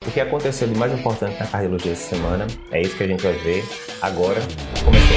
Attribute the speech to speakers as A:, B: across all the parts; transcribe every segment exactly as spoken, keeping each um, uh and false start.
A: O que aconteceu de mais importante na cardiologia essa semana? É isso que a gente vai ver agora. Começou!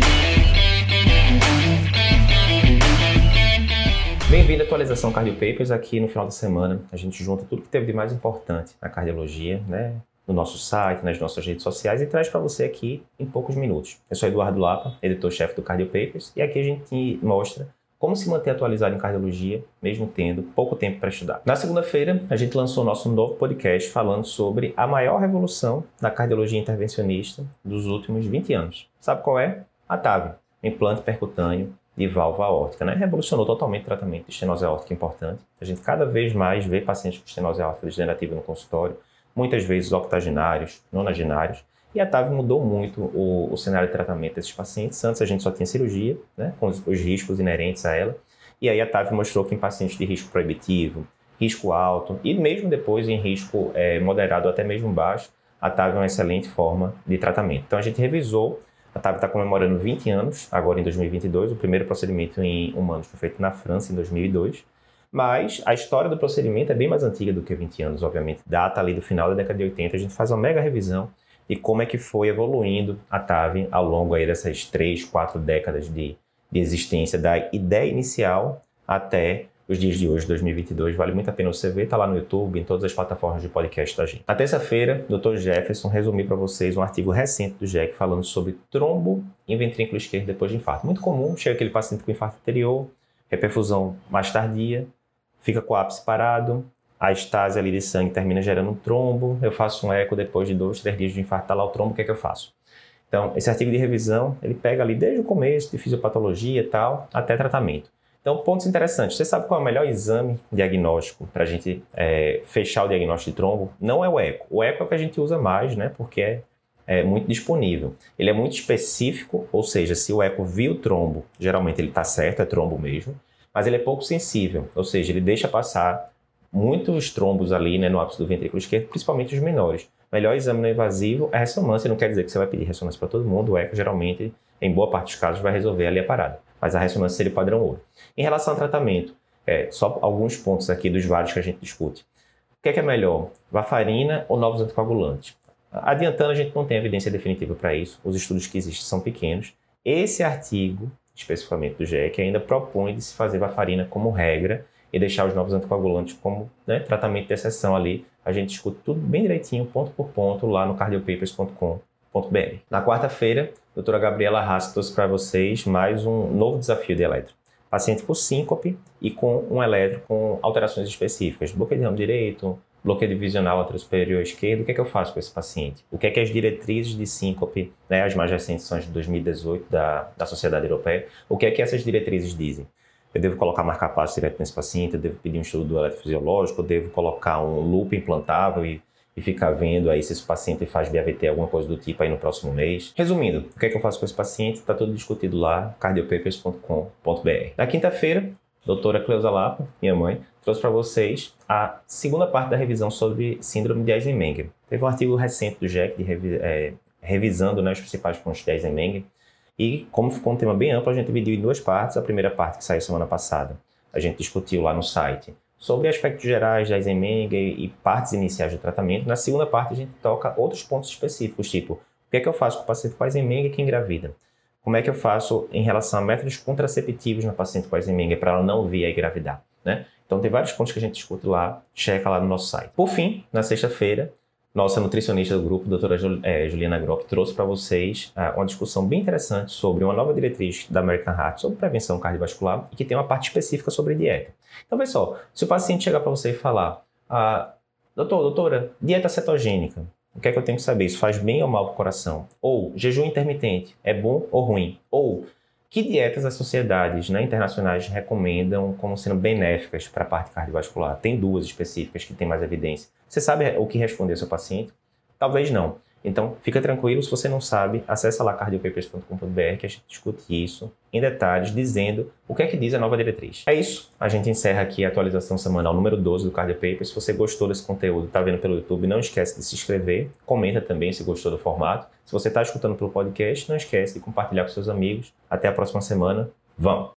A: Bem-vindo à atualização Cardio Papers. Aqui no final da semana a gente junta tudo que teve de mais importante na cardiologia, né? No nosso site, nas nossas redes sociais e traz para você aqui em poucos minutos. Eu sou Eduardo Lapa, editor-chefe do Cardio Papers, e aqui a gente mostra como se manter atualizado em cardiologia, mesmo tendo pouco tempo para estudar. Na segunda-feira, a gente lançou nosso novo podcast falando sobre a maior revolução da cardiologia intervencionista dos últimos vinte anos. Sabe qual é? A T A V, implante percutâneo de válvula aórtica, né? Revolucionou totalmente o tratamento de estenose aórtica importante. A gente cada vez mais vê pacientes com estenose aórtica degenerativa no consultório, muitas vezes octogenários, nonagenários, e a T A V mudou muito o, o cenário de tratamento desses pacientes. Antes a gente só tinha cirurgia, né, com os, os riscos inerentes a ela, e aí a T A V mostrou que em pacientes de risco proibitivo, risco alto, e mesmo depois em risco é, moderado ou até mesmo baixo, a T A V é uma excelente forma de tratamento. Então a gente revisou, a T A V está comemorando vinte anos, agora em dois mil e vinte e dois, o primeiro procedimento em humanos foi feito na França em dois mil e dois, mas a história do procedimento é bem mais antiga do que vinte anos, obviamente, data ali do final da década de oitenta, a gente faz uma mega revisão e como é que foi evoluindo a T A V ao longo aí dessas três, quatro décadas de, de existência, da ideia inicial até os dias de hoje, dois mil e vinte e dois. Vale muito a pena você ver, tá lá no YouTube, em todas as plataformas de podcast da gente. Na terça-feira, o doutor Jefferson resumiu para vocês um artigo recente do J E C falando sobre trombo em ventrículo esquerdo depois de infarto. Muito comum, chega aquele paciente com infarto anterior, reperfusão mais tardia, fica com o ápice parado, a estase ali de sangue termina gerando um trombo, eu faço um eco depois de dois, três dias de infarto, tá lá o trombo, o que é que eu faço? Então, esse artigo de revisão, ele pega ali desde o começo, de fisiopatologia e tal, até tratamento. Então, pontos interessantes. Você sabe qual é o melhor exame diagnóstico para a gente é, fechar o diagnóstico de trombo? Não é o eco. O eco é o que a gente usa mais, né? Porque é, é muito disponível. Ele é muito específico, ou seja, se o eco viu o trombo, geralmente ele está certo, é trombo mesmo, mas ele é pouco sensível, ou seja, ele deixa passar muitos trombos ali, né, no ápice do ventrículo esquerdo, principalmente os menores. O melhor exame não invasivo é a ressonância, não quer dizer que você vai pedir ressonância para todo mundo, o eco geralmente, em boa parte dos casos, vai resolver ali a parada, mas a ressonância seria o padrão ouro. Em relação ao tratamento, é, só alguns pontos aqui dos vários que a gente discute. O que é, que é melhor, varfarina ou novos anticoagulantes? Adiantando, a gente não tem evidência definitiva para isso, os estudos que existem são pequenos. Esse artigo, especificamente do J E C, ainda propõe de se fazer varfarina como regra e deixar os novos anticoagulantes como, né, tratamento de exceção ali. A gente discute tudo bem direitinho, ponto por ponto, lá no cardiopapers ponto com ponto b r. Na quarta-feira, a doutora Gabriela Haas trouxe para vocês mais um novo desafio de eletro. Paciente com síncope e com um eletro com alterações específicas. Bloqueio de ramo direito, bloqueio divisional lateral superior esquerdo. O que é que eu faço com esse paciente? O que é que as diretrizes de síncope, né, as mais recentes são as de dois mil e dezoito da, da Sociedade Europeia, o que é que essas diretrizes dizem? Eu devo colocar marca-passo direto nesse paciente, eu devo pedir um estudo do eletrofisiológico, eu devo colocar um loop implantável e, e ficar vendo aí se esse paciente faz B A V T, alguma coisa do tipo aí no próximo mês. Resumindo, o que é que eu faço com esse paciente? Está tudo discutido lá, cardiopapers ponto com ponto b r. Na quinta-feira, a doutora Cleusa Lapa, minha mãe, trouxe para vocês a segunda parte da revisão sobre síndrome de Eisenmenger. Teve um artigo recente do J E C de revi é, revisando, né, os principais pontos de Eisenmenger. E como ficou um tema bem amplo, a gente dividiu em duas partes. A primeira parte, que saiu semana passada, a gente discutiu lá no site sobre aspectos gerais de Eisenmenger e partes iniciais do tratamento. Na segunda parte, a gente toca outros pontos específicos, tipo, o que é que eu faço com o paciente com Eisenmenger que engravida? Como é que eu faço em relação a métodos contraceptivos na paciente com Eisenmenger para ela não vir a engravidar, né? Então, tem vários pontos que a gente discute lá, checa lá no nosso site. Por fim, na sexta-feira, nossa nutricionista do grupo, a doutora Juliana Gropp, trouxe para vocês uh, uma discussão bem interessante sobre uma nova diretriz da American Heart sobre prevenção cardiovascular e que tem uma parte específica sobre dieta. Então, vê só, se o paciente chegar para você e falar, ah, doutor, doutora, dieta cetogênica, o que é que eu tenho que saber? Isso faz bem ou mal para o coração? Ou jejum intermitente, é bom ou ruim? Ou que dietas as sociedades, né, internacionais recomendam como sendo benéficas para a parte cardiovascular? Tem duas específicas que têm mais evidência. Você sabe o que responder ao seu paciente? Talvez não. Então, fica tranquilo, se você não sabe, acessa lá cardiopapers ponto com ponto b r que a gente discute isso em detalhes, dizendo o que é que diz a nova diretriz. É isso, a gente encerra aqui a atualização semanal número doze do Cardiopapers. Se você gostou desse conteúdo, está vendo pelo YouTube, não esquece de se inscrever, comenta também se gostou do formato. Se você está escutando pelo podcast, não esquece de compartilhar com seus amigos. Até a próxima semana, vamos!